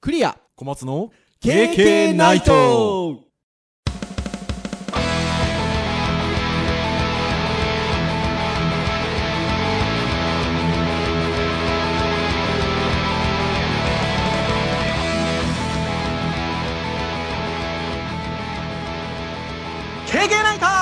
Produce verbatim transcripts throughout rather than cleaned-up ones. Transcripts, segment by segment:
クリア小松のケーケー ナイト。 ケーケー ナイト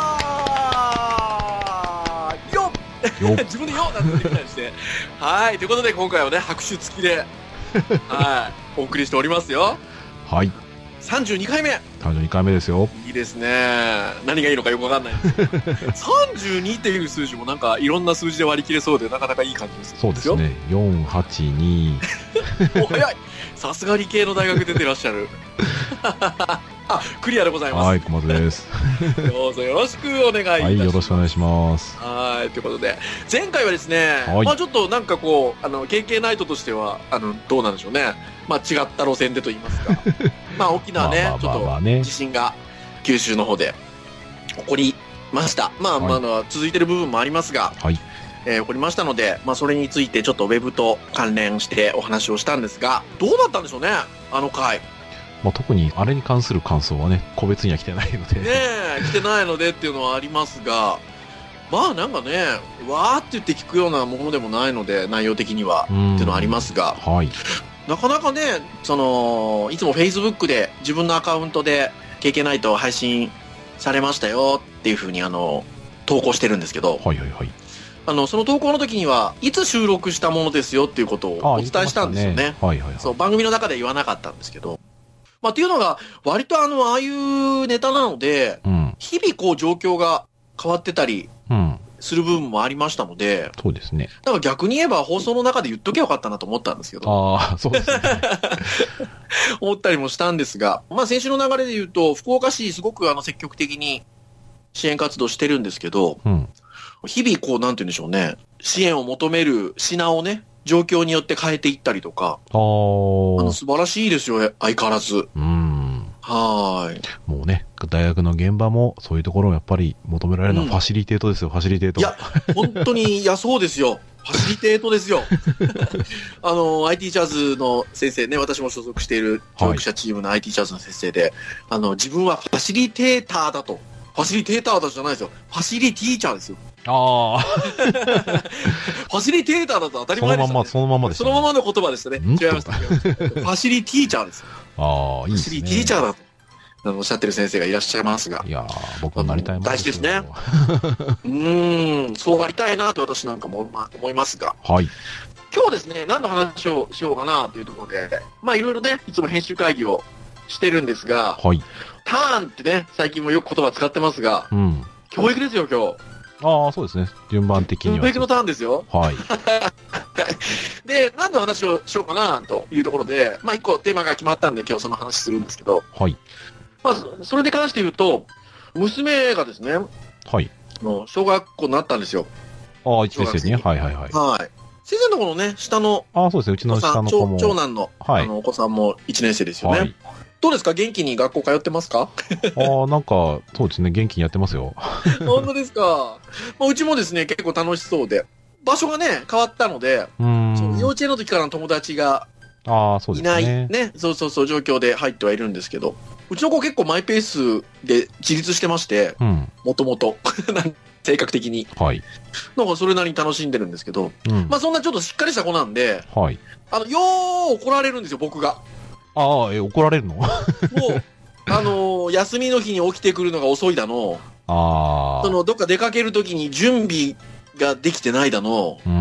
よっよっ自分でよっなんて言ったりしてはい、ということで今回はね拍手付きではいお送りしておりますよ。 はい、 さんじゅうにかいめさんじゅうにかいめですよ。 いいですね。何がいいのかよくわかんないですけどさんじゅうにっていう数字もなんかいろんな数字で割り切れそうでなかなかいい感じですよ。 そうですね。よんはちにお早い。さすが理系の大学出てらっしゃるあ、クリアでございます。 はい、小松です。 どうぞよろしくお願いいたします。 はい、よろしくお願いします。 はい、ということで前回はですね、 はい、 まあちょっとなんかこうあの ケーケー ナイトとしてはあのどうなんでしょうね。まあ違った路線でと言いますかまあ沖縄ね、 まあまあちょっとまあまあね地震が九州の方で起こりました。まあ、 はいまああの続いてる部分もありますが、 はい、 えー起こりましたので、まあそれについてちょっとウェブと関連してお話をしたんですが、どうだったんでしょうね、あの回。 まあ、特にあれに関する感想はね、個別には来てないので。 ねえ、来てないのでっていうのはありますが、まあなんかね、わーって言って聞くようなものでもないので、内容的にはっていうのはありますが、 はい、 なかなかね、その、いつも Facebook で自分のアカウントで ケーケー ナイト配信されましたよっていうふうにあの、投稿してるんですけど、 はいはいはい。 あの、その投稿の時には、いつ収録したものですよっていうことをお伝えしたんですよね。 はいはいはい。 そう、番組の中で言わなかったんですけど、まあっていうのが、割とあの、ああいうネタなので、 うん、 日々こう状況が変わってたりうん、 する部分もありましたので、 そうですね。 だから逆に言えば放送の中で言っとけばよかったなと思ったんですけど、 ああ、そうですね。 思ったりもしたんですが、まあ先週の流れで言うと、福岡市すごくあの積極的に支援活動してるんですけど、 うん、 日々こうなんて言うんでしょうね、支援を求める品をね、状況によって変えていったりとか、 あーあの素晴らしいですよ、相変わらず。 うん。 はーい。 もうね、大学の現場もそういうところをやっぱり求められるのはファシリテートですよ、ファシリテート。 いや、本当に、いや、そうですよ。ファシリテートですよ。あの、アイティー チャーズの先生ね、私も所属している教育者チームの アイティー チャーズの先生で、あの、自分はファシリテーターだと。ファシリテーターだじゃないですよ。ファシリティーチャーですよ。 ああ。 ファシリテーターだと当たり前でした、ね。 そのまんま、そのままでした、 ね。そのままの言葉でしたね。違いました。ファシリティーチャーですよ。 ああ、いいですね。 ファシリティーチャーだと。あのおっしゃってる先生がいらっしゃいますが。 いやー、僕はなりたいもん大事ですね。うーん、そうありたいなと私なんかも、まあ、思いますが。 はい。 今日ですね、何の話をしようかなというところで、まあいろいろね、いつも編集会議をしてるんですが、 はい。 ターンってね、最近もよく言葉使ってますが、 うん。 教育ですよ、今日。 ああ、そうですね。順番的には。 教育のターンですよ。 はい。 で、何の話をしようかなというところで、まあ一個テーマが決まったんで今日その話するんですけど、 はい。 まず、それで関して言うと、娘がですね、 はい。 の小学校になったんですよ。 ああ、一年生にね。はいはいはい。 はい。先生のところのね、下の、 ああ、そうですね。うちの下の子も。 長長男の、 はい、 あのお子さんもいちねん生ですよね。 はい。 どうですか、元気に学校通ってますか？ ああ、なんか、そうですね。元気にやってますよ。 本当ですか。まあ、うちもですね、結構楽しそうで。場所がね、変わったので、 うーん。 そう幼稚園の時からの友達がああ、そうですね。 いない、ね、そうそうそう、状況で入ってはいるんですけど、うちの子結構マイペースで自立してまして、 うん。 もともと。性格的に。 はい。 なんかそれなりに楽しんでるんですけど、 うん。 まあそんなちょっとしっかりした子なんで、 はい。 あの、よー怒られるんですよ、僕が。 ああ、え、怒られるの？ もう、あのー、休みの日に起きてくるのが遅いだの、 ああ。 その、どっか出かけるときに準備ができてないだの、 うん。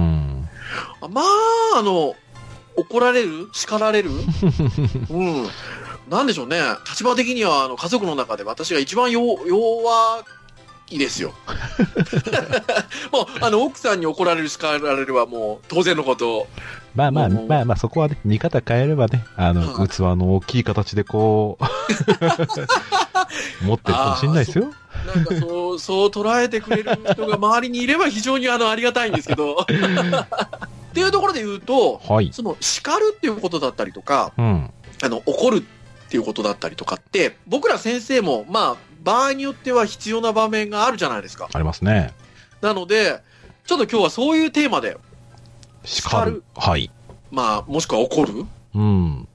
まあ、あの、怒られる叱られるうん。なんでしょうね。立場的には、あの、家族の中で私が一番弱、弱いですよ。もう、あの、奥さんに怒られる叱られるはもう、当然のこと。 まあまあ、 もうまあまあ、そこはね、見方変えればね、あの、 はい器の大きい形でこう、持ってるかもしれないですよ。 なんかそう、そう捉えてくれる人が周りにいれば非常にあの、ありがたいんですけど。っていうところで言うと、 はい。 その、叱るっていうことだったりとか、 うん。 あの、怒るっていうことだったりとかって、僕ら先生も、まあ、場合によっては必要な場面があるじゃないですか。 ありますね。 なので、ちょっと今日はそういうテーマで、 叱る。はい。 まあ、もしくは怒るうん。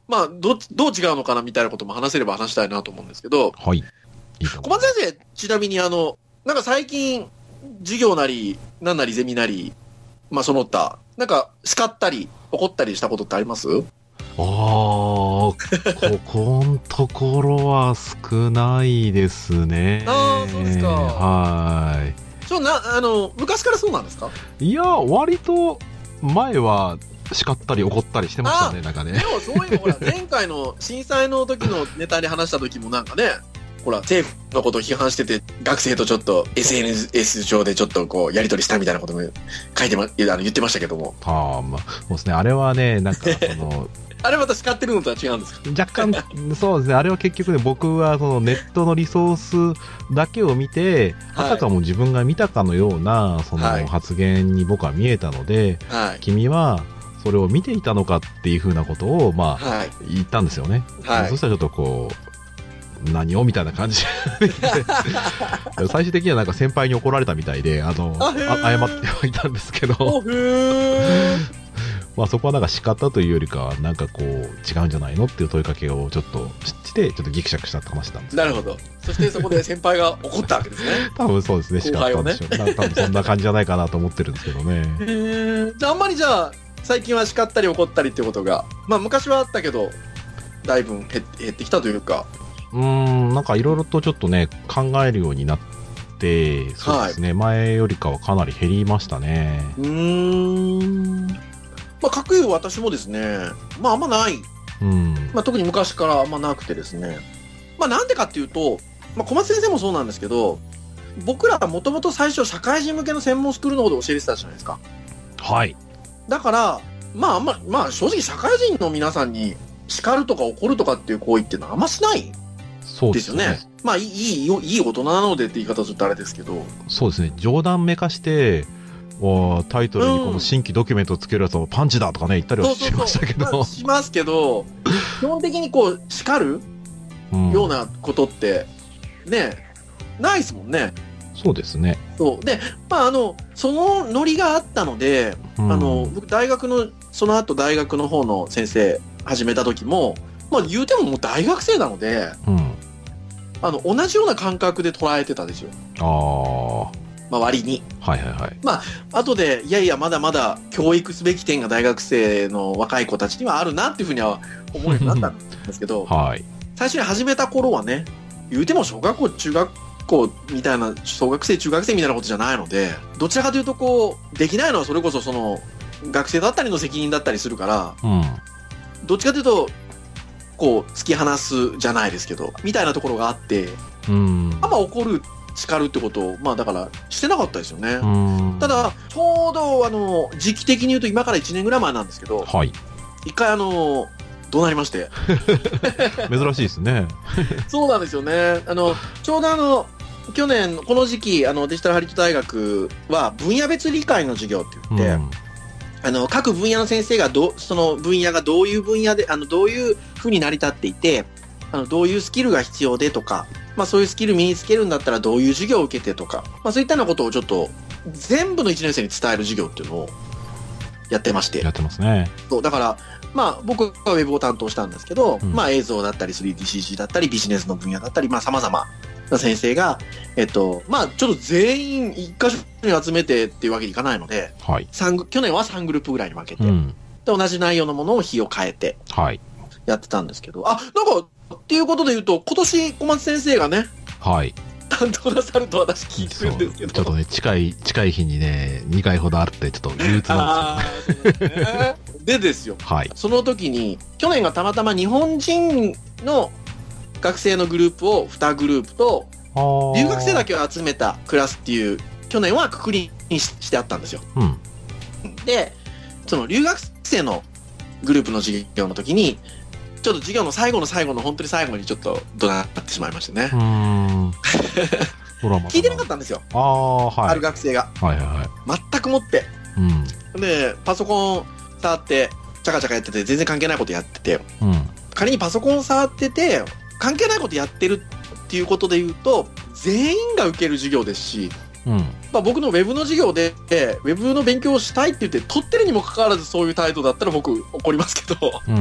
まあ、ど、どう違うのかなみたいなことも話せれば話したいなと思うんですけど、 はい。いいと小思います松先生、ちなみにあの、なんか最近、授業なり、なんなりゼミなり、まあその他、なんか叱ったり、怒ったりしたことってあります？ ああ、ここんところは少ないですね。 あーそうですかはそうな、あの、昔からそうなんですか？ い。いや、割と前は叱ったり怒ったりしてましたね、なんかね。 でもそういうの、ほら、前回の震災の時のネタで話した時もなんかね、ほら、政府のことを批判してて、学生とちょっと エスエヌエス 上でちょっとこう、やり取りしたみたいなことも書いてま、あの言ってましたけども。 ああ、まあ、そうですね。あれはね、なんか、その、 あれまた叱ってるのとは違うんですか？ 若干、そうですね。あれは結局ね、僕はそのネットのリソースだけを見て、 はいあたかも自分が見たかのような、そはいの発言に僕は見えたので、 はい。 君はそれを見ていたのかっていうふうなことを、まあ、 はい。 言ったんですよね。 はいそしたらちょっとこう、何をみたいな感じで最終的にはなんか先輩に怒られたみたいで、あの、 あへーあ謝ってはいたんですけど、 おへー。 まあそこはなんか叱ったというよりかは、なんかこう、違うんじゃないのっていう問いかけをちょっとして、ちょっとギクシャクしたって話したんです。 なるほど。そしてそこで先輩が怒ったわけですね。 多分そうですね、叱ったんでしょう。なんか多分そんな感じじゃないかなと思ってるんですけどね。 へー。じゃああんまりじゃあ、最近は叱ったり怒ったりっていうことが、まあ昔はあったけど、だいぶ減って減ってきたというか。 うーん、なんかいろいろとちょっとね、考えるようになって、そうですね、前よりかはかなり減りましたね。 うーん。まあ、かくいう私もですね、まあ、あんまない。 うん。 まあ、特に昔からあんまなくてですね。まあ、なんでかっていうと、まあ、小松先生もそうなんですけど、僕らはもともと最初社会人向けの専門スクールの方で教えてたじゃないですか。 はい。 だから、まあ、あんま、まあ、正直社会人の皆さんに叱るとか怒るとかっていう行為っていうのはあんましないそうですよね。まあ、いい、いい、いい大人なのでって言い方するとあれですけど。 そうですね、冗談めかして、わータイトルにこの新規ドキュメントをつけるやつをパンチだとかね、言ったりはしましたけど。 まあしますけど、基本的にこう、叱るうんようなことって、ね、ないですもんね。 そうですね。 そう。で、まあ、あの、そのノリがあったので、 うんあの、僕、大学の、その後大学の方の先生始めた時も、まあ、言うてももう大学生なので、 うん。 あの、同じような感覚で捉えてたですよ。 ああ、はまあ、割に。 いはいはい。 後で、いやいや、まだまだ教育すべき点が大学生の若い子たちにはあるなっていうふうには思うようになったんですけど、 はい。 最初に始めた頃はね、言うても小学校、中学校みたいな、小学生、中学生みたいなことじゃないので、どちらかというとこう、できないのはそれこそその、学生だったりの責任だったりするから、 うん。 どっちかというと、こう、突き放すじゃないですけど、みたいなところがあって、 うん。 あんま怒る、叱るってことを、まあだから、してなかったですよね。 うん。 ただ、ちょうど、あの、時期的に言うと今からいちねんぐらい前なんですけど、 はい。 一回あの、どうなりまして。 珍しいですね。 そうなんですよね。あの、ちょうどあの、去年、この時期、あの、デジタルハリウッド大学は分野別理解の授業って言って、 うん。 あの、各分野の先生がどう、その分野がどういう分野で、あの、どういう風に成り立っていて、あの、どういうスキルが必要でとか、まあそういうスキル身につけるんだったらどういう授業を受けてとか、まあそういったようなことをちょっと、全部のいちねん生に伝える授業っていうのをやってまして。 やってますね。 そう、だから、まあ僕はウェブを担当したんですけど、 うんまあ映像だったり スリーディーシージー だったりビジネスの分野だったり、まあ様々な先生が、えっと、まあちょっと全員一箇所に集めてっていうわけにいかないので、 はい。 三グ去年はさんグループぐらいに分けて、 うん。 で同じ内容のものを日を変えてはい。 やってたんですけど、あ、なんか、っていうことで言うと、今年小松先生がね、 はい。 担当なさると私聞いてるんですけど。 ちょっとね、近い、近い日にね、にかいほどあって、ちょっと憂鬱なんあーそうですね。でですよ。 ですよ。はい。 その時に、去年がたまたま日本人の学生のグループをにグループと、留学生だけ。 けを集めたクラスっていう、去年はくくりに し, してあったんですよ。 うん。 で、その留学生のグループの授業の時に、ちょっと授業の最後の最後の本当に最後にちょっと怒鳴ってしまいましてね。 うーん。ほら、また聞いてなかったんですよ。 ああ、はい。 ある学生が。 はいはいはい。 全くもって。 うん。 で、パソコン触って、チャカチャカやってて、全然関係ないことやってて、 うん。 仮にパソコン触ってて、関係ないことやってるっていうことで言うと、全員が受ける授業ですし、 うん。 まあ僕のウェブの授業で、ウェブの勉強をしたいって言って、取ってるにもかかわらずそういう態度だったら僕怒りますけど、 うん。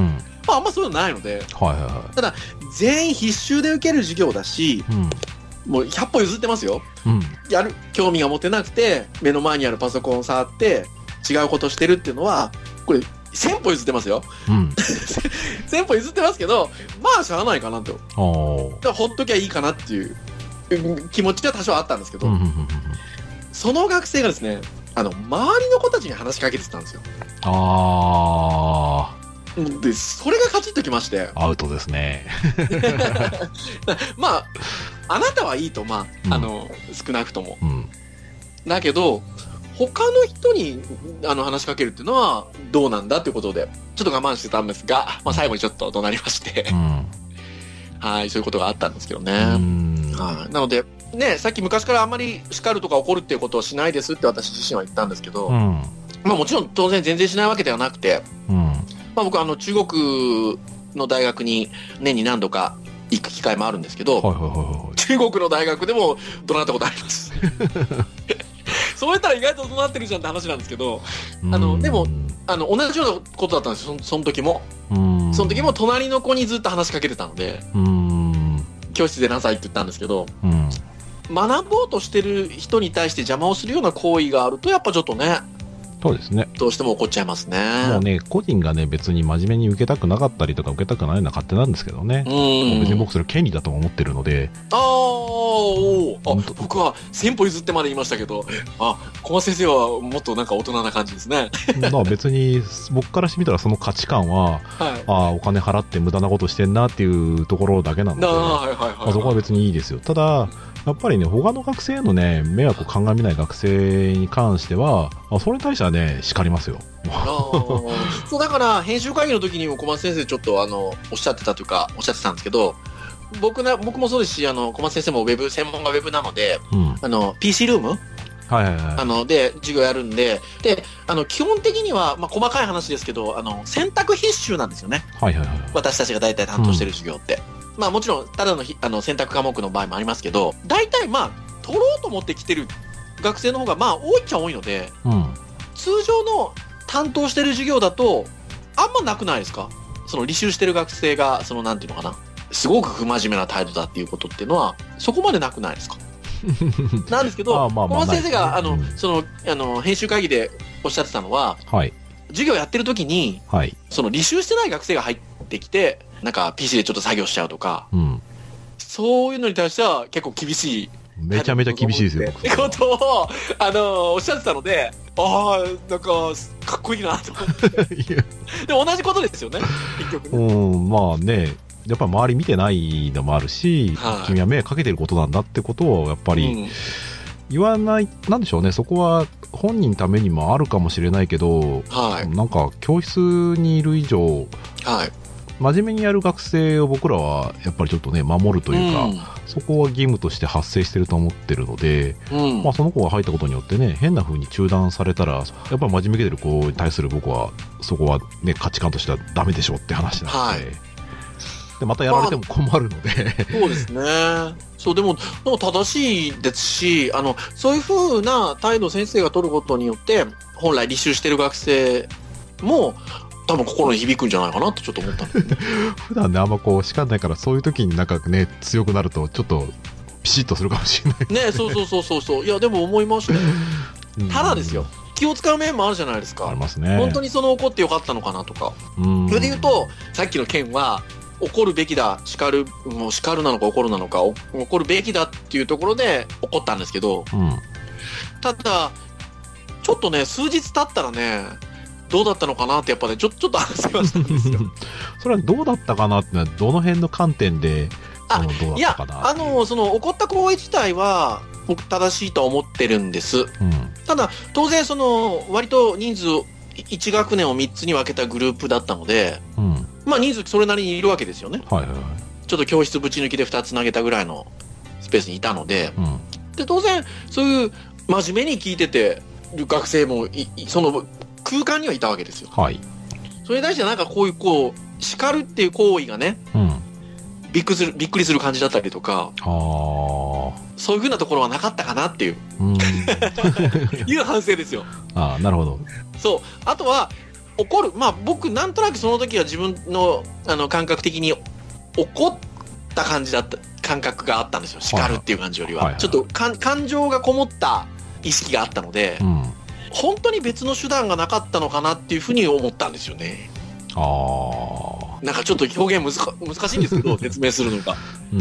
まあ、あんまそういうのないので、 はいはいはただ、全員必修で受ける授業だし、 い。うん。 もうひゃっぽ譲ってますよ。 うん。 やる、興味が持てなくて、目の前にあるパソコンを触って、違うことしてるっていうのは、これ、せんぽ譲ってますよ。 うん。 せんぽ譲ってますけど、まあ、しゃあないかなと。 ああ。 だからほっときゃいいかなっていううん気持ちは多少あったんですけど、 うんうんうんうん。 その学生がですね、あの、周りの子たちに話しかけてたんですよ。 あで、それがカチッときまして。 あ、アウトですね。 まあ、あなたはいいと、まうんあ、あの、少なくとも。 うん。 だけど、他の人にあの話しかけるっていうのはどうなんだっていうことで、ちょっと我慢してたんですが、まあ最後にちょっと怒鳴りまして、 うん。 はい、そういうことがあったんですけどね。 うん。 はい。なので、ね、さっき昔からあんまり叱るとか怒るっていうことをしないですって私自身は言ったんですけど、 うん。 まあもちろん当然全然しないわけではなくて、 うん。 まあ僕はあの中国の大学に年に何度か行く機会もあるんですけど、 はいはいはいはい。 中国の大学でも怒鳴ったことあります。そうやったら意外と怒鳴ってるじゃんって話なんですけど、あのでもあの同じようなことだったんですよ、そその時も。 うん、 その時も隣の子にずっと話しかけてたので、 うん、 教室でなさいって言ったんですけど、 うん、 学ぼうとしてる人に対して邪魔をするような行為があると、やっぱちょっとね、 そうですね。 どうしても怒っちゃいますね。 もうね、個人がね、別に真面目に受けたくなかったりとか、受けたくないのは勝手なんですけどね。 うん。 もう別に僕それ権利だと思ってるので。 あーおー本当あ、僕は先歩譲ってまで言いましたけど、あ、小松先生はもっとなんか大人な感じですね。 だから別に、僕からしてみたらその価値観は、 はい。 ああ、お金払って無駄なことしてんなっていうところだけなので、 あーまはいはいはい、 あ、そこは別にいいですよ。ただ、やっぱりね、他の学生へのね、迷惑を鑑みない学生に関しては、あそれに対してはね、叱りますよ。 あーそうだから編集会議の時にも小松先生ちょっとあのおっしゃってたというかおっしゃってたんですけど、僕な僕もそうですし、あの小松先生もウェブ専門がウェブなので、 うん。 あの ピーシー ルームはいはいはい。 あので授業やるんで、であの基本的にはまあ細かい話ですけど、あの選択必修なんですよね。 はいはいはい。 私たちが大体担当してる授業って、まあもちろんただのひあの選択科目の場合もありますけど、大体まあ取ろうと思って来てる学生の方がまあ多いっちゃ多いので、 うん。 通常の担当してる授業だとあんまなくないですか？その履修してる学生がそのなんていうのかな、すごく不真面目な態度だっていうことっていうのはそこまでなくないですか？なんですけど、 まあまあまあ小松先生が、あの、 ないですねうんそのあの編集会議でおっしゃってたのは、 はい。 授業やってる時にはい。 その履修してない学生が入ってきて、なんか ピーシー でちょっと作業しちゃうとか、 うん。 そういうのに対しては結構厳しいめちゃめちゃ厳しいですよ、 ってことを、あのおっしゃってたので、ああ、なんか、かっこいいなと思って。 いやでも同じことですよね、結局うね。 ん、まあね、やっぱり周り見てないのもあるし、 はい君は迷惑かけてることなんだってことをやっぱりうん言わない、なんでしょうね、そこは本人のためにもあるかもしれないけど、 はい。 なんか教室にいる以上、 はい。 真面目にやる学生を僕らはやっぱりちょっとね、守るというか、そこは義務として発生してると思ってるので、 うん。 まあ、その子が入ったことによってね、変な風に中断されたら、やっぱり真面目げてる子に対する僕は、そこはね、価値観としてはダメでしょうって話なので、 はいでまたやられても困るので、 そうですね。そう、でも、でも正しいですし、あの、そういう風な態度を先生が取ることによって、本来履修してる学生も、多分心に響くんじゃないかなってちょっと思ったんですね。 普段ね、あんまこう、叱んないから、そういう時になんかね、強くなると、ちょっと、ピシッとするかもしれない。 ね、そうそうそうそうそう。いや、でも思いましたよ。 うんただですよ。気を使う面もあるじゃないですか。 ありますね。 本当にその怒ってよかったのかなとか。 うん、 それで言うと、さっきの件は、怒るべきだ、叱る、もう叱るなのか怒るなのか、お怒るべきだっていうところで怒ったんですけど、 うん、 ただ、ちょっとね、数日経ったらね、どうだったのかなってやっぱね、ちょちょっと反省はしたんですよ。 それはどうだったかなってのは、どの辺の観点で、 あそのどういやだったかな、 あの、その怒った行為自体は、僕正しいとは思ってるんです。 うん、 ただ、当然その、割と人数、いち学年をみっつに分けたグループだったので、 うん、 まあ人数それなりにいるわけですよね。 はいはいはい。 ちょっと教室ぶち抜きでふたつ投げたぐらいのスペースにいたので、 うん、 で当然そういう真面目に聞いててる学生もいいその空間にはいたわけですよ。 はい。 それに対してなんかこういうこう叱るっていう行為がね、 うん。 びっくりするびっくりする感じだったりとか、 ああ。 そういう風なところはなかったかなっていううん。 いう反省ですよ。 ああ、なるほど。 そう。あとは怒る、まあ僕なんとなくその時は自分のあの感覚的に怒った感じだった感覚があったんですよ。叱るっていう感じよりは、はいはい、ちょっとか感情がこもった意識があったので、うん、本当に別の手段がなかったのかなっていうふうに思ったんですよね。あなんかちょっと表現難難しいんですけど説明するのが、うん、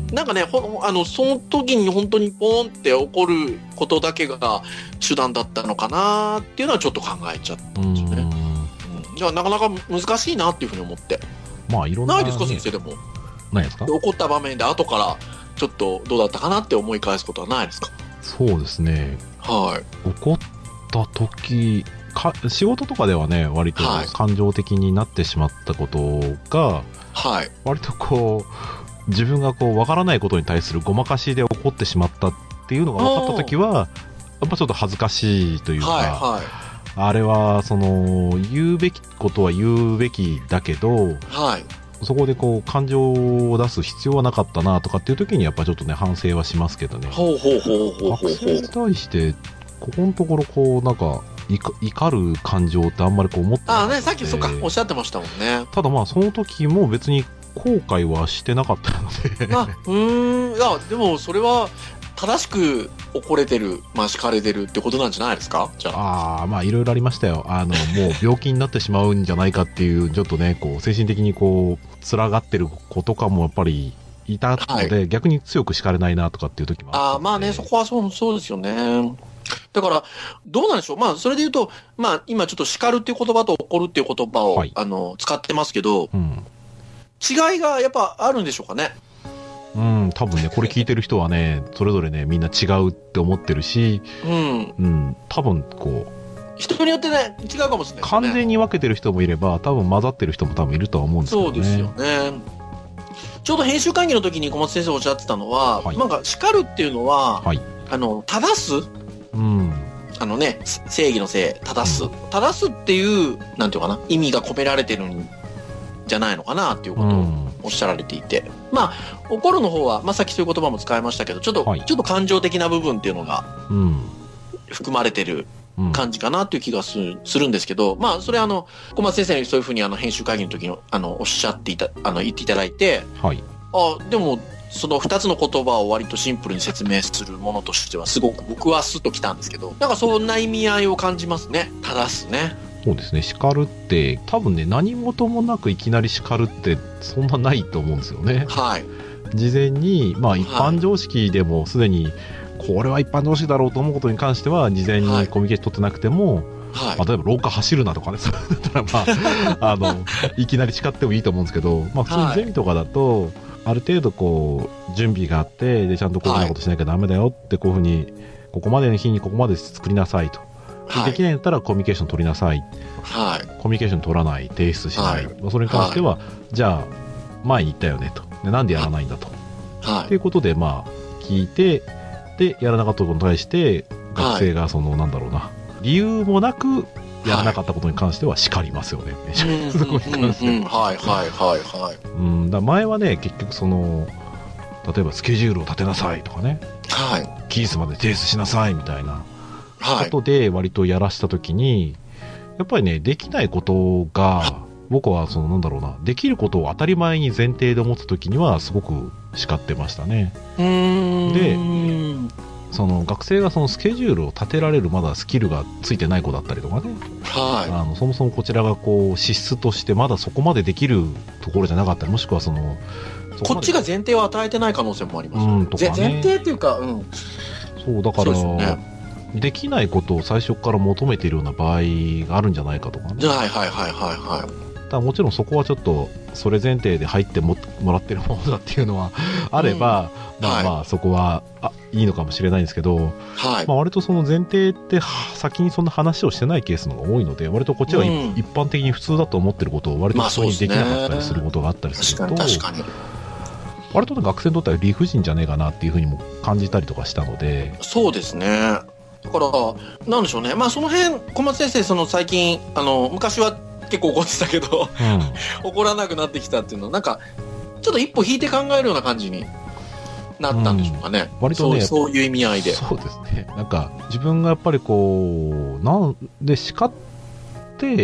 なんかねほあのその時に本当にポーンって怒ることだけが手段だったのかなっていうのはちょっと考えちゃったんですよね。うん、じゃあなかなか難しいなっていうふうに思って。まあいろんな、ね、ないですか先生でも。ないですか？怒った場面で後からちょっとどうだったかなって思い返すことはないですか？ そうですね。はい。怒った時か仕事とかではね割と感情的になってしまったことが、はい、割とこう自分がこう分からないことに対するごまかしで怒ってしまったっていうのが分かった時はやっぱちょっと恥ずかしいというか、はいはい、あれはその言うべきことは言うべきだけど、はい、そこでこう感情を出す必要はなかったなとかっていう時にやっぱちょっとね反省はしますけどね。ほうほうほうほうほう。学生に対してここのところこうなんか怒る感情ってあんまりこう思ってなくて。 ああね、さっきそうかおっしゃってましたもんね。 ただまあその時も別に後悔はしてなかったのであうーんいやでもそれは正しく怒れてる、まあ、叱れてるってことなんじゃないですか。じゃああまあいろいろありましたよ。あのもう病気になってしまうんじゃないかっていうちょっとねこう精神的にこうつらがってる子とかもやっぱりいたので、はい、逆に強く叱れないなとかっていう時もあったので。 あまあねそこはそうそうですよね。だからどうなんでしょう。まあそれで言うとまあ今ちょっと叱るっていう言葉と怒るっていう言葉を、はい、あの使ってますけど、うん、違いがやっぱあるんでしょうかね。 うん、多分ねこれ聞いてる人はねそれぞれねみんな違うって思ってるし、うん、うん、多分こう人によってね違うかもしれないですね。 完全に分けてる人もいれば多分混ざってる人も多分いるとは思うんですけどね。 そうですよね。ちょうど編集会議の時に小松先生おっしゃってたのは、はい、なんか叱るっていうのは、はい、あの正す、うん、あのね正義の正正す、うん、正すっていうなんていうかな意味が込められてるんじゃないのかなっていうことをおっしゃられていて、うん、まあ怒るの方は、まあ、さっきそういう言葉も使いましたけどちょっと、はい、ちょっと感情的な部分っていうのが含まれてる感じかなっていう気がする、するんですけど、まあそれはあの小松先生にそういうふうにあの編集会議の時にあのおっしゃっていたあの言っていただいて、はい、あでもそのふたつの言葉を割とシンプルに説明するものとしてはすごく僕はスッときたんですけど、なんかそんな意味合いを感じますね。正すね。 そうですね。叱るって多分ね何事もなくいきなり叱るってそんなないと思うんですよね。はい。事前にまあ一般常識でもすでに、はいこれは一般常識だろうと思うことに関しては事前にコミュニケーション取ってなくても、はいまあ、例えば廊下走るなとかねそうだったら、まあ、あのいきなり叱ってもいいと思うんですけど、まあ、普通にゼミとかだと、はい、ある程度こう準備があってでちゃんとこういうようなことしなきゃダメだよってこういうふうにここまでの日にここまで作りなさいと、はい、できないんだったらコミュニケーション取りなさい、はい、コミュニケーション取らない提出しない、はいまあ、それに関しては、はい、じゃあ前に言ったよねとでなんでやらないんだと、はい、っていうことでまあ聞いてでやらなかったことに対して学生がその、はい、なんだろうな理由もなくやらなかったことに関しては叱りますよね、はい、そこに関してははいはいはいはいうんだ前はね結局その例えばスケジュールを立てなさいとかね、はい、期日まで提出しなさいみたいなことで割とやらしたときにやっぱりねできないことが僕はそのなんだろうなできることを当たり前に前提で思ったときにはすごく叱ってましたね。うーんでその学生がそのスケジュールを立てられるまだスキルがついてない子だったりとかね、はい、あのそもそもこちらがこう資質としてまだそこまでできるところじゃなかったりもしくはそのこっちが前提を与えてない可能性もありますよ、うんとかね、前提っていうか、うん、 そうだから で,、ね、できないことを最初から求めているような場合があるんじゃないかとかね。 はいはいはいはいはいただもちろんそこはちょっとそれ前提で入って も, もらってるものだっていうのはあれば、うん、まあまあそこはあいいのかもしれないんですけど、はいまあ、割とその前提って先にそんな話をしてないケースの方が多いので割とこっちは、うん、一般的に普通だと思ってることを割と普通にできなかったりすることがあったりすると、まあそうですね、確かに確かに割と、ね、学生にとっては理不尽じゃねえかなっていうふうにも感じたりとかしたので。 そうですね。だからなんでしょうね、まあその辺小松先生その最近あの昔は結構怒ってたけど、うん、怒らなくなってきたっていうのはなんかちょっと一歩引いて考えるような感じになったんでしょうかね、うん、割とね そう、そういう意味合いで。 そうですね。なんか自分がやっぱりこうなんで叱って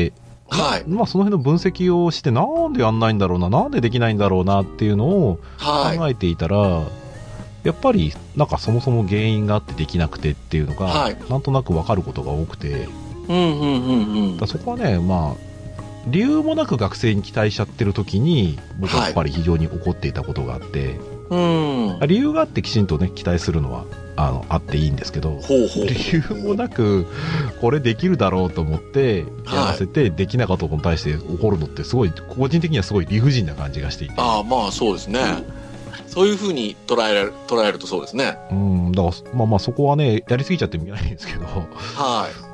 はい。 まあ、その辺の分析をして、なんでやんないんだろうな、なんでできないんだろうなっていうのを考えていたら、はい、やっぱり、なんかそもそも原因があってできなくてっていうのが、はい、なんとなく分かることが多くて、 うんうんうんうん、 だそこはね、まあ、理由もなく学生に期待しちゃってる時に、僕はやっぱり非常に怒っていたことがあって、はい、うん、理由があってきちんとね、期待するのは、あのあっていいんですけど、ほうほう、理由もなくこれできるだろうと思ってやらせて、はい、できなかったことに対して怒るのってすごい個人的にはすごい理不尽な感じがしていて、 ああ、まあそうですね、そういうふうに捉える捉えるとそうですね。 うん、だからまあまあそこはね、やりすぎちゃってもいけないんですけど、 はい、 うん、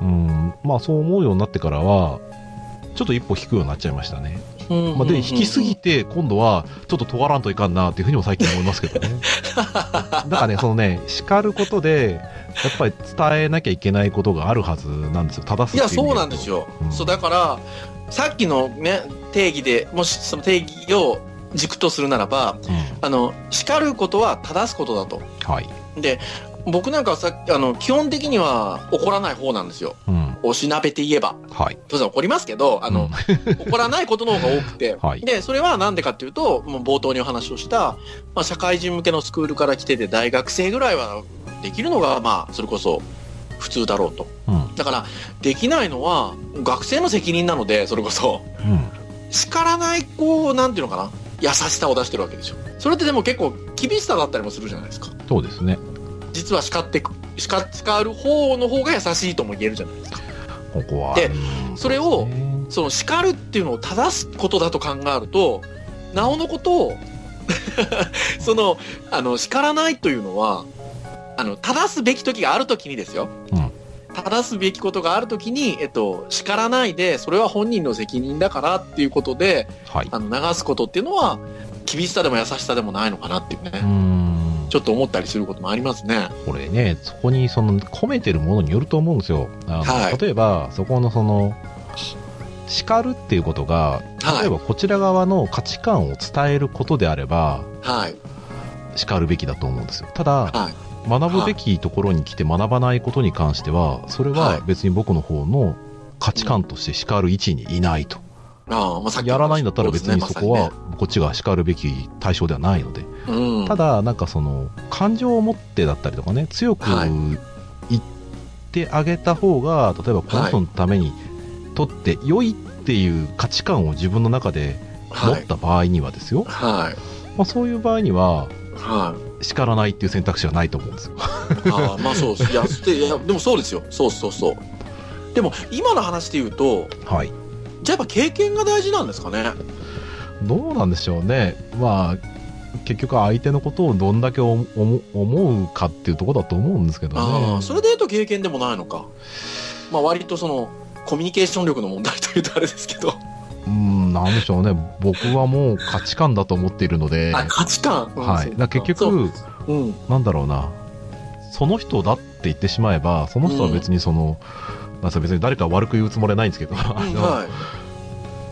まあそう思うようになってからはちょっと一歩引くようになっちゃいましたね。まあ、で引きすぎて今度はちょっと尖らんといかんなっていうふうにも最近思いますけどね。だからね、そのね、叱ることでやっぱり伝えなきゃいけないことがあるはずなんですよ。正すっていう意味で。 いや、そうなんですよ、うん、そうだからさっきのね定義でもしその定義を軸とするならば、うん、あの叱ることは正すことだと。はい。で、僕なんかはさあの基本的には怒らない方なんですよ。うん、おしなべて言えば、はい、当然怒りますけど、あの、うん、怒らないことの方が多くて、はい、でそれはなんでかっていうと、もう冒頭にお話をした、まあ、社会人向けのスクールから来てて大学生ぐらいはできるのが、まあそれこそ普通だろうと、うん、だからできないのは学生の責任なので、それこそ、うん、叱らないこうなんていうのかな、優しさを出してるわけですよ。それってでも結構厳しさだったりもするじゃないですか。 そうですね。 実は叱って叱使う方の方が優しいとも言えるじゃないですか。 ここはで、それをその叱るっていうのを正すことだと考えると、なおのことをそのあの叱らないというのは、あの正すべき時がある時にですよ、うん、正すべきことがある時に、えっと、叱らないで、それは本人の責任だからっていうことで、はい、あの流すことっていうのは厳しさでも優しさでもないのかなっていうね、うーん、ちょっと思ったりすることもありますね。 これね、そこにその込めてるものによると思うんですよ。あの、はい、例えばそこのその叱るっていうことが、例えばこちら側の価値観を伝えることであれば、はい、叱るべきだと思うんですよ。ただ、はい、学ぶべきところに来て学ばないことに関しては、それは別に僕の方の価値観として叱る位置にいないと。あ、まあ、やらないんだったら別にそこはこっちが叱るべき対象ではないので、うん、ただなんかその感情を持ってだったりとかね、強く言ってあげた方が、例えばこの人のためにとって良いっていう価値観を自分の中で持った場合にはですよ、はい、まあ、そういう場合には、はい、叱らないっていう選択肢はないと思うんですよ。 あ、まあそうです。いや、いやでもそうですよ。そうそうそう。でも今の話で言うと、はい、じゃあやっぱ経験が大事なんですかね。 どうなんでしょうね。まあ結局相手のことをどんだけ思うかっていうところだと思うんですけどね。 あ、それで言うと経験でもないのか。まあ割とそのコミュニケーション力の問題というとあれですけど。 うん、なんでしょうね。僕はもう価値観だと思っているので。 あ、価値観。 はい。だ結局、うん、なんだろうな。その人だって言ってしまえば、その人は別にその、うん、なんか別に誰か悪く言うつもりはないんですけど、うん、はい、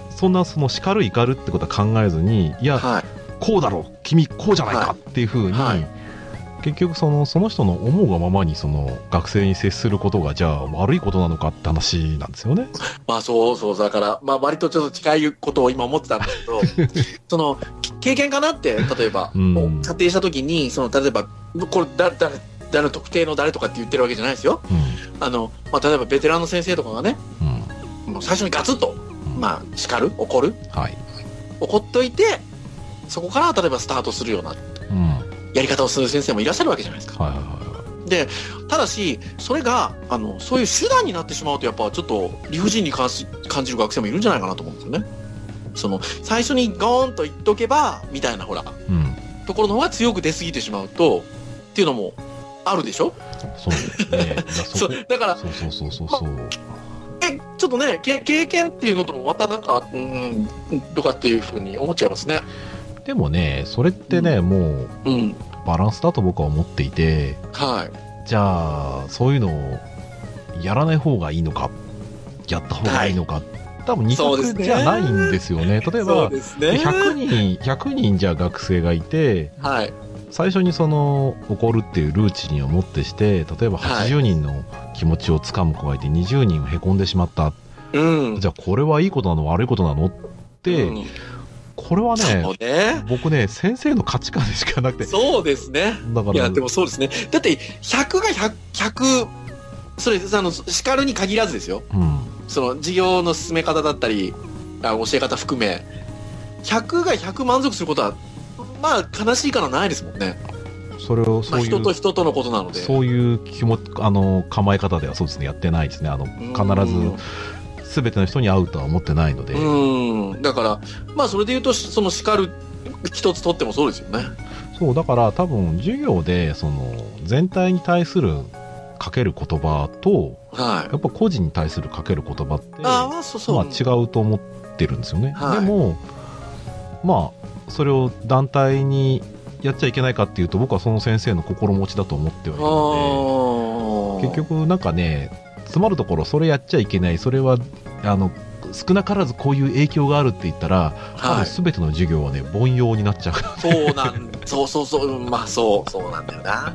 そんなその叱る怒るってことは考えずに、いや、はい、こうだろう、君こうじゃないかっていうふうに、はいはい、結局そのその人の思うがままにその学生に接することがじゃあ悪いことなのかって話なんですよね。 まあそうそう、だからまあ割とちょっと近いことを今思ってたんだけど、その経験かなって、例えば、うん、仮定したときに、その例えばこれ誰誰誰の特定の誰とかって言ってるわけじゃないですよ。うん、あのまあ例えばベテランの先生とかがね、うん、もう最初にガツッと、うん、まあ叱る、怒る、はい、怒っといて、そこから例えばスタートするような、うん、やり方をする先生もいらっしゃるわけじゃないですか。はいはいはい、でただしそれがあのそういう手段になってしまうと、やっぱちょっと理不尽に感じ、感じる学生もいるんじゃないかなと思うんですよね。その最初にゴーンと言っとけばみたいなほら、うん、ところの方が強く出過ぎてしまうとっていうのもあるでしょ。 そうですね。 そうだからそうそうそうそうそう、ま、 えちょっとね経験っていうのともまたなんかうんとかっていうふうに思っちゃいますね。 でもね、それってね、うん、もう、うん、バランスだと僕は思っていて、はい、じゃあそういうのをやらない方がいいのかやった方がいいのか、はい、多分二択じゃないんですよね。例えば、ね、ひゃくにんひゃくにんじゃあ学生がいて、はい、最初にその怒るっていうルーチンをもってして、例えばはちじゅうにんの気持ちをつかむ子がいてにじゅうにんへこんでしまった、 うん、 じゃあこれはいいことなの悪いことなのって、うん、これは ね, ね僕ね先生の価値観でしかなくて。 そうですね。だからいやでもそうですね。だってひゃくがひゃく、ひゃくそれあの叱るに限らずですよ、うん、その授業の進め方だったりあ教え方含めひゃくがひゃく満足することはまあ悲しいからないですもんね。 それをそういう、 まあ、人と人とのことなのでそういう気もあの構え方ではそうですねやってないですね。あの必ず全ての人に会うとは思ってないので。 うんだからまあそれで言うとその叱る一つとってもそうですよね。 そうだから多分授業でその全体に対するかける言葉と、はい、やっぱ個人に対するかける言葉ってあそうそう、 まあ、違うと思ってるんですよね、 はい、 でもまあそれを団体にやっちゃいけないかっていうと僕はその先生の心持ちだと思ってはいるので、結局なんかね詰まるところそれやっちゃいけないそれはあの少なからずこういう影響があるって言ったら、はい、多分全ての授業はね凡庸になっちゃう。 そうなんそうそうそうまあそうそうなんだよな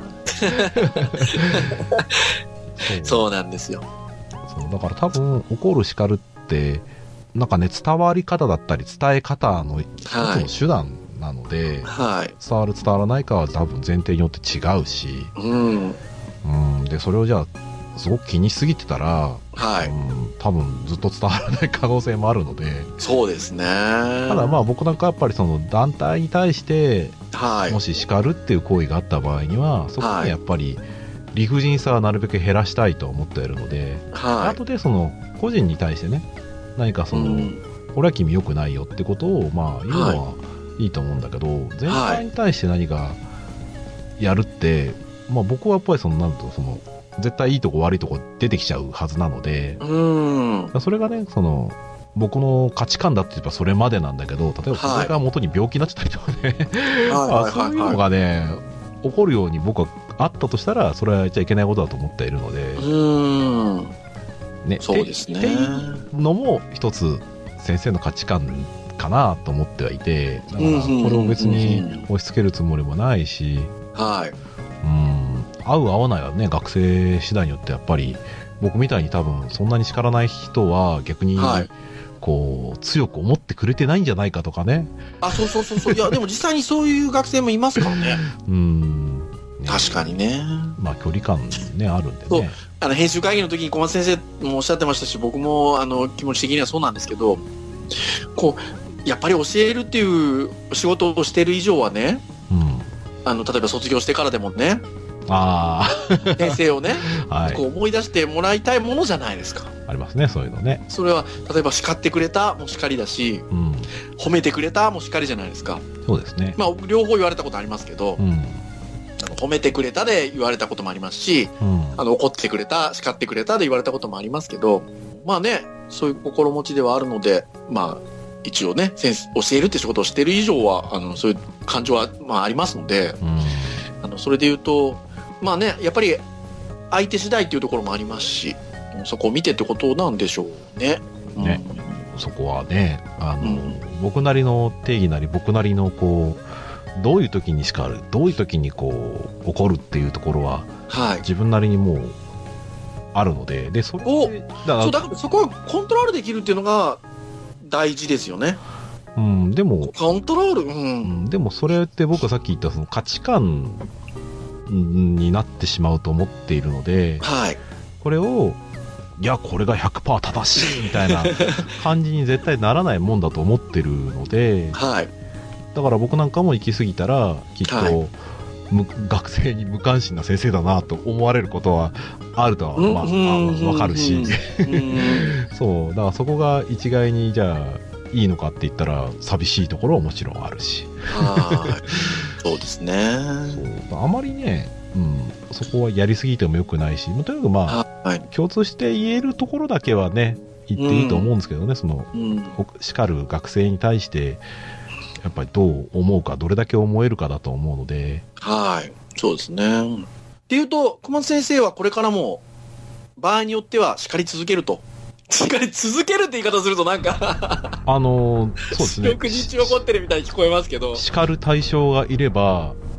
そうそうなんですよ。 そうだから多分怒る叱るってなんかね伝わり方だったり伝え方の一つの手段なので、 はい、 伝わる伝わらないかは多分前提によって違うし、 うんうん、でそれをじゃあすごく気にしすぎてたら、 はいうん、多分ずっと伝わらない可能性もあるので。 そうですね。 ただまあ僕なんかやっぱりその団体に対して、 はい、 もし叱るっていう行為があった場合にはそこはやっぱり理不尽さはなるべく減らしたいと思っているので、 はい、 後でその個人に対してね何かその、うん、これは君良くないよってことをまあ言うのはいいと思うんだけど、はい、全体に対して何かやるって、まあ、僕はやっぱりそのなんとその絶対いいとこ悪いとこ出てきちゃうはずなので、 うんそれがねその僕の価値観だって言えばそれまでなんだけど、例えばそれが元に病気になっちゃったりとかね、はい、そういうのがね起こるように僕はあったとしたらそれはやっちゃいけないことだと思っているので、 うんね、 そうですね。 っていうのも一つ先生の価値観かなと思ってはいて、だからこれを別に押し付けるつもりもないし、 はい、 うん合う合わないはね学生次第によってやっぱり僕みたいに多分そんなに叱らない人は逆に、はい、こう強く思ってくれてないんじゃないかとかね。 あそうそうそうそういやでも実際にそういう学生もいますからね。 うんね確かにね。 まあ距離感ねあるんでね。 そうあの編集会議の時に小松先生もおっしゃってましたし僕もあの気持ち的にはそうなんですけど、こうやっぱり教えるっていう仕事をしている以上はね、 うん、 あの例えば卒業してからでもねあ先生をね、 はい、 こう思い出してもらいたいものじゃないですか。 ありますねそういうのね。 それは例えば叱ってくれたも叱りだし、 うん、 褒めてくれたも叱りじゃないですか。 そうですね。 まあ両方言われたことありますけど、 うん、 あの褒めてくれたで言われたこともありますし、 うん、 あの怒ってくれた叱ってくれたで言われたこともありますけど、まあねそういう心持ちではあるので、まあ一応ね先生教えるって仕事をしている以上はあのそういう感情はまあありますので、 うん、 あのそれで言うとまあねやっぱり相手次第っていうところもありますし、そこを見てってことなんでしょうね。 ね、うん、そこはねあの、うん、僕なりの定義なり僕なりのこうどういう時に叱るどういう時にこう怒るっていうところは、 はい、 自分なりにもうあるので、でそれをだからそうだからそこはコントロールできるっていうのが大事ですよね。 うん、でもコントロール、うんうん、でもそれって僕はさっき言ったその価値観になってしまうと思っているので、 はい、 これをいやこれが ひゃくパーセント 正しいみたいな感じに絶対ならないもんだと思ってるので、 はい、 だから僕なんかも行き過ぎたらきっと、はい、学生に無関心な先生だなと思われることはあるとは、まあ、分かるしそうだからそこが一概にじゃあいいのかって言ったら寂しいところはもちろんあるしはいそうですね。 そうあまりね、うん、そこはやりすぎてもよくないしとにかくまあ、はい、共通して言えるところだけはね言っていいと思うんですけどね、うん、その、うん、叱る学生に対してやっぱりどう思うかどれだけ思えるかだと思うので、 はいそうですね。っていうと小松先生はこれからも場合によっては叱り続けると叱り続けるって言い方するとなんかあのそうですねよく日中起こってるみたいに聞こえますけど、 叱る対象がいれば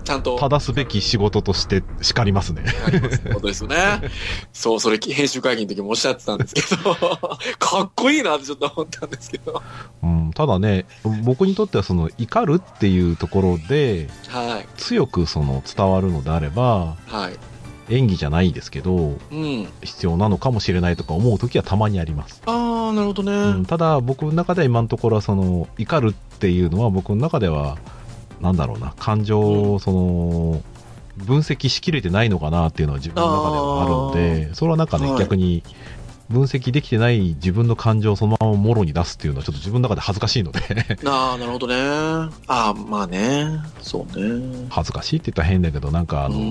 ちゃんと正すべき仕事として叱りますね。 ありますことですよね。そう、それ編集会議の時もおっしゃってたんですけど、かっこいいなってちょっと思ったんですけど。 うん、ただね、僕にとってはその怒るっていうところで、 はい、 強くその伝わるのであれば、 はい、 演技じゃないですけど、 うん、 必要なのかもしれないとか思う時はたまにあります。 ああ、なるほどね、 うん。ただ僕の中では今のところはその怒るっていうのは僕の中ではなんだろうな、感情をその分析しきれてないのかなっていうのは自分の中ではあるので、それはなんかね、はい、逆に分析できてない自分の感情をそのままもろに出すっていうのはちょっと自分の中で恥ずかしいのでああ、なるほどね。ああ、まあね、そうね。 恥ずかしいって言ったら変だけど、なんかあの、うん、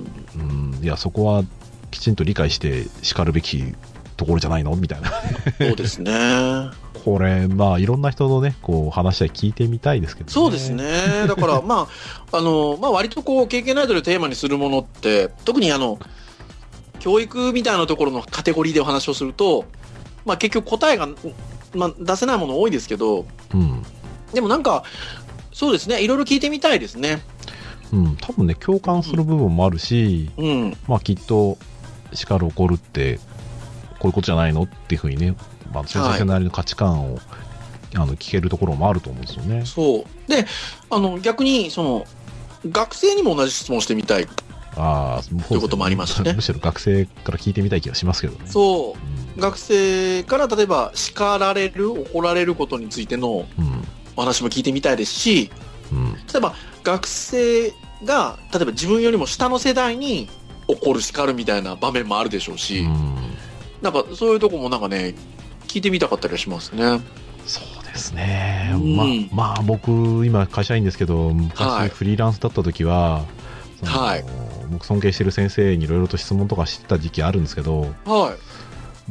いや、そこはきちんと理解して叱るべきところじゃないのみたいなそうですね。 これ、まあ、いろんな人のね、こう、話は聞いてみたいですけどね。 そうですね。だから、まあ、あの、まあ、割とこう、経験アイドルをテーマにするものって、特にあの、教育みたいなところのカテゴリーでお話をすると、まあ、結局答えが、まあ、出せないもの多いですけど、 うん。 でもなんか、そうですね、いろいろ聞いてみたいですね。 うん、多分ね、共感する部分もあるし、 うん。 まあ、きっと、叱る怒るって、こういうことじゃないのっていうふうにね、まあ、先生なりの価値観を、はい、あの聞けるところもあると思うんですよね。 そうで、あの逆にその学生にも同じ質問してみたい。 ああ、そうですね、 ということもありますしね。 むしろ学生から聞いてみたい気がしますけどね。 そう、うん、学生から例えば叱られる、怒られることについてのお話も聞いてみたいですし、うん、例えば学生が例えば自分よりも下の世代に怒る、叱るみたいな場面もあるでしょうし、うん、なんかそういうとこもなんかね、聞いてみたかったりしますね。 そうですね、うん、ま, まあ僕今会社員ですけど、昔フリーランスだった時は、はい、僕尊敬してる先生にいろいろと質問とかしてた時期あるんですけど、 はい、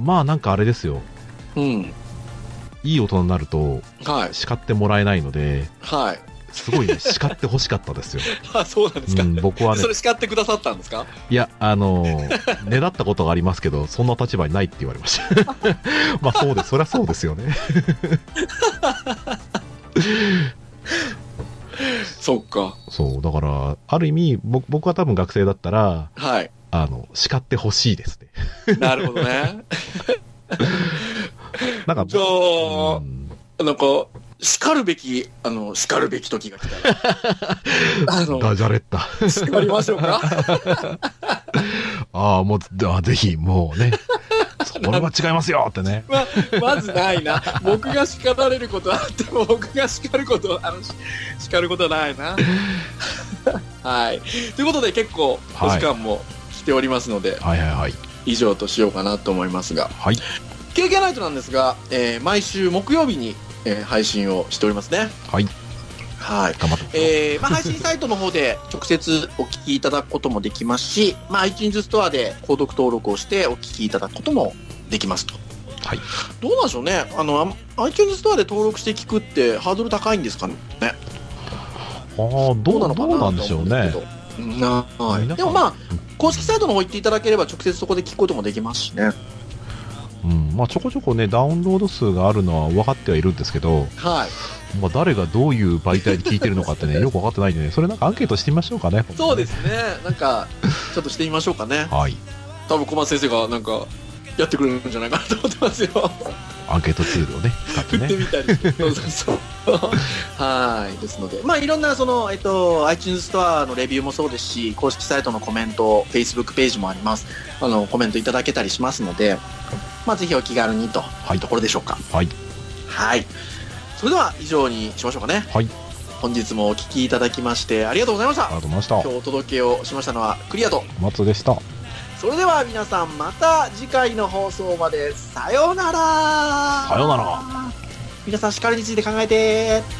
まあなんかあれですよ、 うん、 いい大人になると、はい、叱ってもらえないので、 はい、 すごいね、叱ってほしかったですよ。 あ、そうなんですか、うん、 僕はね、 それ叱ってくださったんですか？ いや、あのねだったことがありますけど、そんな立場にないって言われましたまあそうです、そりゃそうですよねそっか。 そうだから、ある意味僕僕は多分学生だったら、 はい、 あの叱ってほしいですね。 なるほどねなんかじゃあ、うん、なんか叱るべき、あの、叱るべき時が来たら。あの、 ダジャレッタ。 叱りましょうかああ、もう、あ、ぜひ、もうね。それは違いますよってね。 ま、まずないな。僕が叱られることはあっても、僕が叱ることは、あの、叱ることはないな。はい。ということで、結構、お時間も来ておりますので、 はい、はいはいはい。 以上としようかなと思いますが。 はい。 経験ナイトなんですが、えー、毎週木曜日に、えー、配信をしておりますね。 はい。 はい。頑張ってえー、まあ配信サイトの方で直接お聞きいただくこともできますし、まあ iTunes ストアで購読登録をしてお聞きいただくこともできますと。 はい。 どうなんでしょうね。あの iTunes ストアで登録して聞くってハードル高いんですかね。 ああ、どうなのかな。どうなんでしょうね。 なはい。でもまあ公式サイトの方行っていただければ直接そこで聞くこともできますしね。 うん、まあちょこちょこねダウンロード数があるのは分かってはいるんですけど、 はい。 まあ誰がどういう媒体で聞いてるのかってねよく分かってないんでね、それなんかアンケートしてみましょうかね。 そうですね。なんかちょっとしてみましょうかね。 はい。 多分小松先生がなんかやってくれるんじゃないかなと思ってますよ。 アンケートツールをね使ってね。 振ってみたり。そうそうそう。はい。ですので、まあいろんなそのえっと iTunes ストアのレビューもそうですし、公式サイトのコメント、Facebook ページもあります。あのコメントいただけたりしますので。まあ、ぜひお気軽にというところでしょうか。 はい。 はい。それでは以上にしましょうかね。 はい。 本日もお聞きいただきましてありがとうございました。 ありがとうございました。 今日お届けをしましたのはクリアと松でした。 それでは皆さんまた次回の放送までさようなら。 さようなら。 皆さん叱りについて考えて。